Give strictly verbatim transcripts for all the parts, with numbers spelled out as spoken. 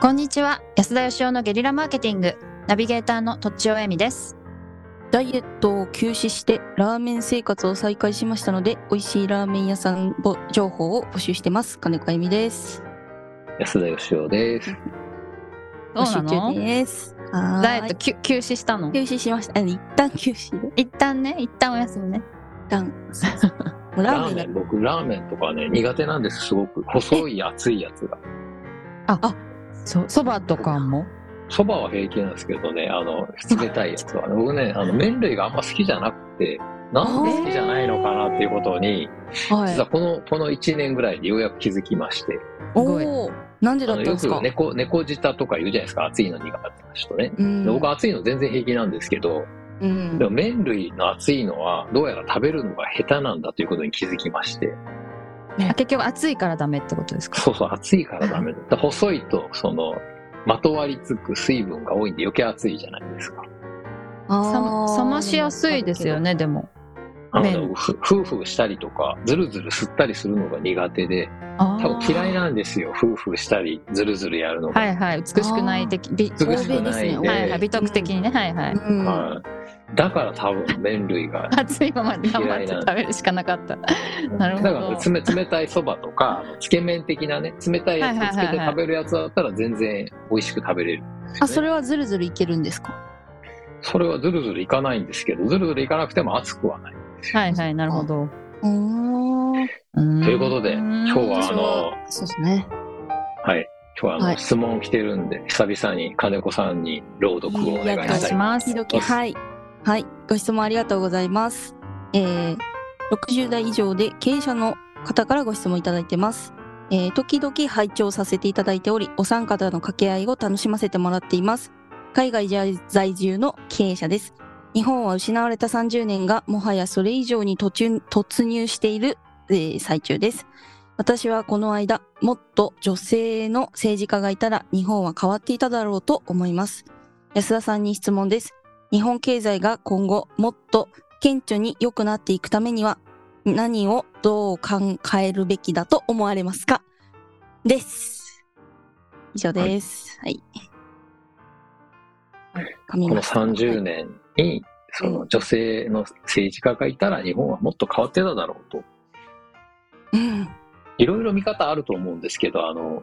こんにちは、安田義雄のゲリラマーケティングナビゲーターのとっちおえみです。 ダイエットを休止してラーメン生活を再開しましたので、美味しいラーメン屋さん情報を募集してます。金子あゆみです。 安田義雄です。 どうなの？ 募集中です。はーい。 ダイエット休休止したの？ 休止しました。一旦休止で。 一旦ね、一旦お休みね。 一旦。もうララーメンがーメン、僕ラーメンとかね苦手なんです。すごく細い熱いやつが。 あ、あ、そそばとかも？ そばは平気なんですけどね、あの冷たいやつはね、僕ねあの麺類があんま好きじゃなくて、なんで好きじゃないのかなっていうことに、 はい、 実はこのこのいちねんぐらいでようやく気づきまして。 おお、なんでだったんですか？ よく猫猫舌とか言うじゃないですか、熱いの苦手な人ね。 うん、 で僕熱いの全然平気なんですけど、うん、でも麺類の熱いのはどうやら食べるのが下手なんだということに気づきまして。 ね、結局熱いからダメってことですか？ そうそう、熱いからダメだ。細いとそのまとわりつく水分が多いんで余計熱いじゃないですか。 あ、冷ましやすいですよね。でもあのふふうふうしたりとかずるずる吸ったりするのが苦手で、多分嫌いなんですよ。ふうふうしたりずるずるやるのが。 はいはい、美しくない的、美しくないで、 はいはい、美徳的にね、はいはい、うんはい、だから多分麺類が熱いままで頑張って食べるしかなかった。なるほど。 だから冷冷たいそばとかつけ麺的なね、冷たいやつをつけて食べるやつだったら全然美味しく食べれるんですよね。 あ、それはずるずるいけるんですか？ それはずるずるいかないんですけど、ずるずるいかなくても熱くはないんですよ。 はいはい、なるほど。 うーん、 ということで今日はあのそうですね、 はい、今日はあの、はい、質問来てるんで久々に金子さんに朗読をお願いしたいと思います。 はいはい、ご質問ありがとうございます。えー、ろくじゅう代以上で経営者の方からご質問いただいてます。えー、時々拝聴させていただいており、お三方の掛け合いを楽しませてもらっています。海外在住の経営者です。日本は失われたさんじゅうねんがもはやそれ以上に突入している、えー、最中です。私はこの間、もっと女性の政治家がいたら日本は変わっていただろうと思います。安田さんに質問です。日本経済が今後もっと顕著に良くなっていくためには何をどう考えるべきだと思われますか？です。以上です。はい。 はい、このさんじゅうねんにその女性の政治家がいたら日本はもっと変わってただろうと。うん。いろいろ見方あると思うんですけど、あの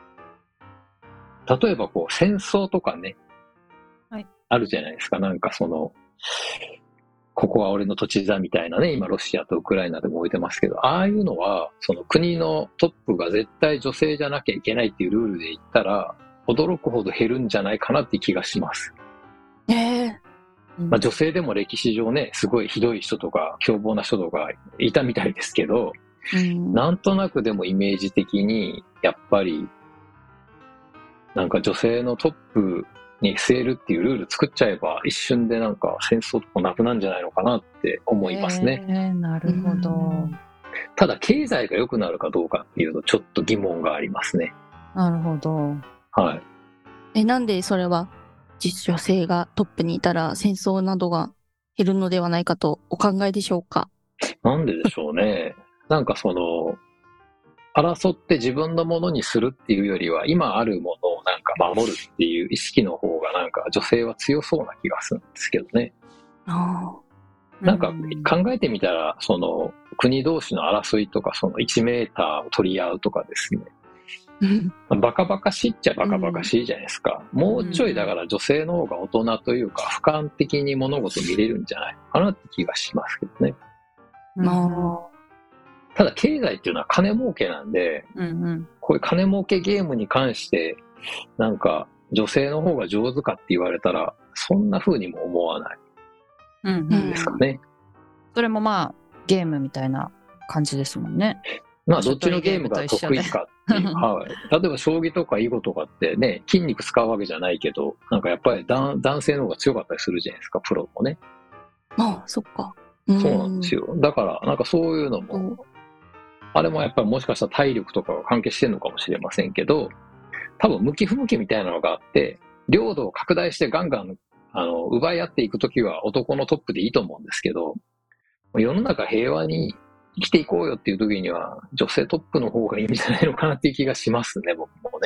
例えばこう戦争とかね、はい、あるじゃないですか。なんかそのここは俺の土地だみたいなね、今ロシアとウクライナでも置いてますけど、ああいうのはその国のトップが絶対女性じゃなきゃいけないっていうルールで言ったら驚くほど減るんじゃないかなって気がします。えーまあ、女性でも歴史上ね、すごいひどい人とか凶暴な人とかいたみたいですけど、うん、なんとなくでもイメージ的にやっぱりなんか女性のトップに据えるっていうルール作っちゃえば一瞬でなんか戦争とかなくなるんじゃないのかなって思いますね。 えー、なるほど、うん。 ただ経済が良くなるかどうかっていうとちょっと疑問がありますね。 なるほど。 はい。 え、なんでそれは女性がトップにいたら戦争などが減るのではないかとお考えでしょうか？ なんででしょうね。なんかその争って自分のものにするっていうよりは今あるものをなんか守るっていう意識の方がなんか女性は強そうな気がするんですけどね。あなんか考えてみたらその国同士の争いとかそのいちメーターを取り合うとかですね、バカバカしいっちゃバカバカしいじゃないですか、うん、もうちょいだから女性の方が大人というか俯瞰的に物事見れるんじゃないかなって気がしますけどね、うん、ただ経済っていうのは金儲けなんで、うんうん、こういう金儲けゲームに関してなんか女性の方が上手かって言われたらそんな風にも思わないですかね、うんうん、 それもまあゲームみたいな感じですもんね。 まあどっちのゲームが得意かっていう、はい、例えば将棋とか囲碁とかってね筋肉使うわけじゃないけどなんかやっぱり男性の方が強かったりするじゃないですか、プロもね。 ああ、そっか。 そうなんですよ。だからなんかそういうのもあれもやっぱりもしかしたら体力とかが関係してるのかもしれませんけど、多分向き不向きみたいなのがあって領土を拡大してガンガンあの奪い合っていくときは男のトップでいいと思うんですけど、世の中平和に生きていこうよっていう時には女性トップの方がいいんじゃないのかなっていう気がしますね、僕もね。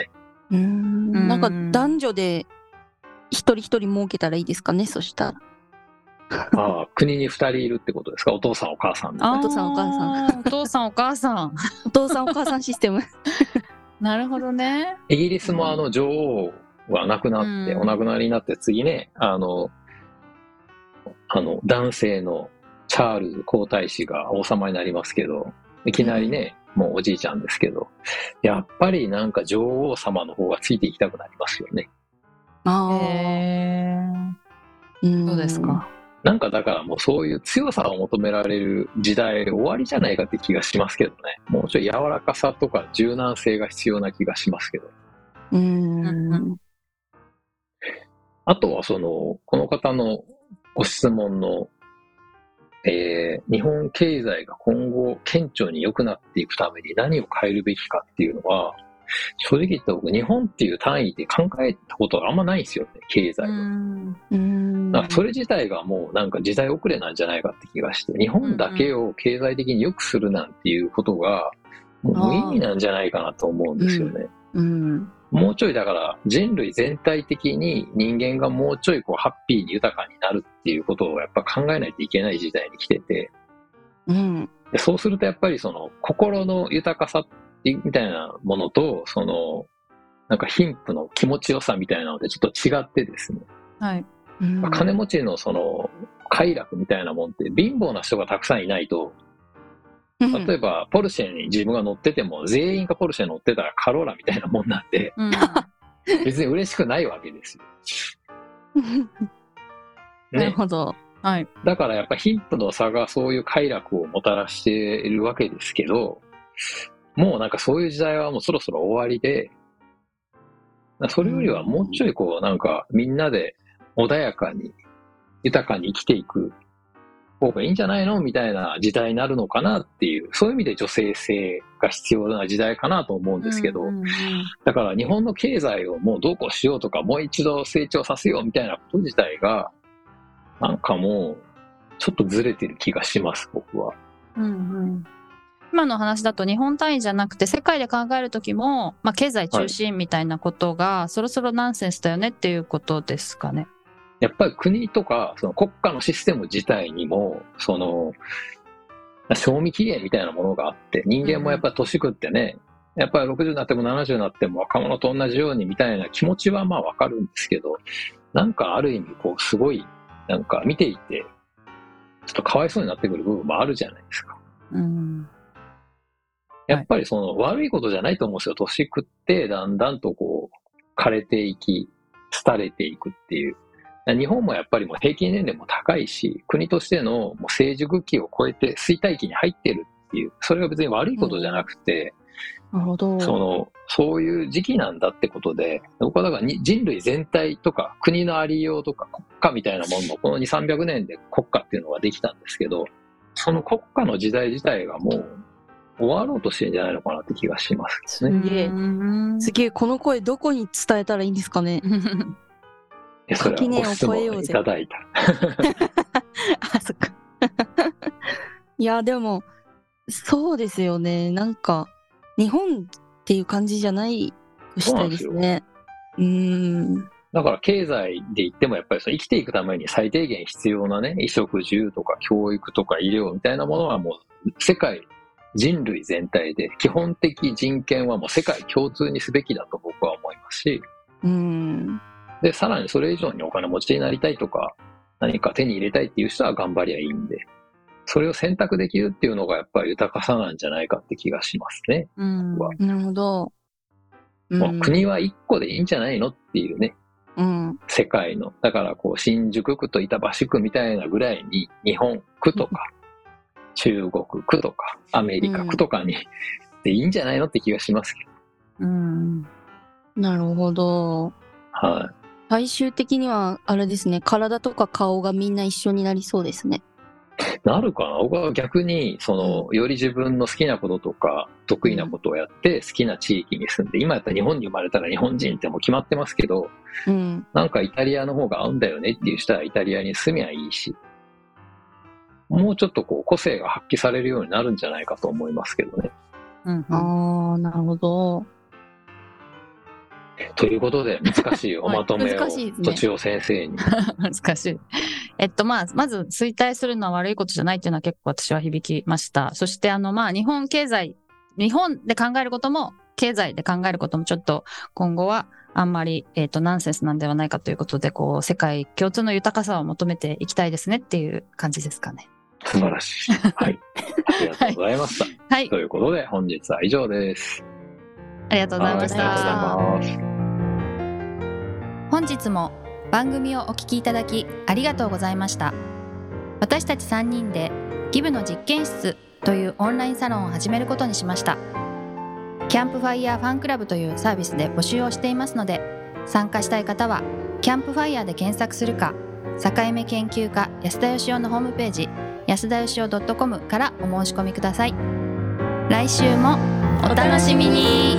うーんなんか男女で一人一人設けたらいいですかね、そしたら。 ああ、国にふたりいるってことですか？お父さんお母さんみたいな。 あーお父さんお母さんお父さんお母さんお父さんお母さんシステム。 なるほどね。 イギリスもあの女王が亡くなって、 うんお亡くなりになって次ね、あの、あの男性のチャールズ皇太子が王様になりますけど、いきなりね、もうおじいちゃんですけど、やっぱりなんか女王様の方がついていきたくなりますよね。 ああ、 へうーそうですか。 なんかだからもうそういう強さを求められる時代終わりじゃないかって気がしますけどね。もうちょい柔らかさとか柔軟性が必要な気がしますけど。 うーうんんあとはその、この方のご質問の、えー日本経済が今後顕著に良くなっていくために何を変えるべきかっていうのは、正直言ったら僕日本っていう単位で考えたことがあんまないんですよね、経済うは。 んうーんだからそれ自体がもうなんか時代遅れなんじゃないかって気がして、日本だけを経済的に良くするなんていうことがもう無意味なんじゃないかなと思うんですよね。 うんもうちょいだから人類全体的に人間がもうちょいこうハッピーに豊かになるっていうことをやっぱ考えないといけない時代に来てて、 うんでそうするとやっぱりその心の豊かさみたいなものと、そのなんか貧富の気持ちよさみたいなのでちょっと違ってですね、 はいうん金持ちのその快楽みたいなもんって貧乏な人がたくさんいないと、例えばポルシェに自分が乗ってても全員がポルシェ乗ってたらカローラみたいなもんなんでうん別に嬉しくないわけですよ。ね、 なるほど。 はいだからやっぱ貧富の差がそういう快楽をもたらしているわけですけど、もうなんかそういう時代はもうそろそろ終わりで、それよりはもうちょいこうなんかみんなで穏やかに豊かに生きていく方がいいんじゃないのみたいな時代になるのかなっていう、そういう意味で女性性が必要な時代かなと思うんですけど、 うんうんうんだから日本の経済をもうどうこうしようとか、もう一度成長させようみたいなこと自体が、なんかもうちょっとずれてる気がします、僕は。 うんうん今の話だと日本単位じゃなくて世界で考えるときも、まあ、経済中心みたいなことがそろそろナンセンスだよねっていうことですかね。 やっぱり国とかその国家のシステム自体にも、その、賞味期限みたいなものがあって、人間もやっぱり年食ってね、やっぱりろくじゅうになってもななじゅうになっても若者と同じようにみたいな気持ちはまあわかるんですけど、なんかある意味こうすごい、なんか見ていて、ちょっとかわいそうになってくる部分もあるじゃないですか。 うんやっぱりその悪いことじゃないと思うんですよ。年食ってだんだんとこう枯れていき、廃れていくっていう。日本もやっぱりもう平均年齢も高いし、国としてのもう成熟期を超えて衰退期に入ってるっていう、それが別に悪いことじゃなくて、 なるほど。 その、そういう時期なんだってことで、僕はだからに人類全体とか国のありようとか国家みたいなもののこのにせんさんびゃくねんで国家っていうのができたんですけど、その国家の時代自体がもう終わろうとしてるんじゃないのかなって気がしますね。 すげえ。 うんすげえ、この声どこに伝えたらいいんですかね。 いやそれはご質問いただいた。 あ、そっか。いや、でも、そうですよね。なんか、日本っていう感じじゃないくしたいですね。うーん。 だから経済で言ってもやっぱりその生きていくために最低限必要なね、衣食住とか教育とか医療みたいなものはもう世界、人類全体で基本的人権はもう世界共通にすべきだと僕は思いますし、 うーん。 で、さらにそれ以上にお金持ちになりたいとか、何か手に入れたいっていう人は頑張りゃいいんで、それを選択できるっていうのがやっぱり豊かさなんじゃないかって気がしますね。 うんはなるほど。うんもう国は一個でいいんじゃないのっていうね、 うん。 世界の。だからこう、新宿区と板橋区みたいなぐらいに、日本区とか、中国区とか、アメリカ区とかに、でいいんじゃないのって気がしますけど。 うんなるほど。 はい。 最終的には、あれですね、体とか顔がみんな一緒になりそうですね。 なるかな。僕は逆に、その、より自分の好きなこととか、得意なことをやって、好きな地域に住んで、今やったら日本に生まれたら日本人ってもう決まってますけど、 うん。 なんかイタリアの方が合うんだよねっていう人はイタリアに住みゃいいし、もうちょっとこう、個性が発揮されるようになるんじゃないかと思いますけどね。 うんああ、なるほど。 ということで、難しいおまとめを、 難しいですねとちお先生に。 難しい。えっと、まあ、まず衰退するのは悪いことじゃないっていうのは結構私は響きました。そしてあの、まあ、日本経済、日本で考えることも、経済で考えることもちょっと今後はあんまり、えっと、ナンセンスなんではないかということで、こう、世界共通の豊かさを求めていきたいですねっていう感じですかね。 素晴らしい。はい。ありがとうございました。 はい。 ということで、本日は以上です。 ありがとうございましはい、ありがとうございた。 ます。 本日も番組をお聞きいただきありがとうございました。私たちさんにんでギブの実験室というオンラインサロンを始めることにしました。キャンプファイヤーファンクラブというサービスで募集をしていますので、参加したい方はキャンプファイヤーで検索するか、境目研究家安田義雄のホームページ安田義雄 .com からお申し込みください。来週もお楽しみに。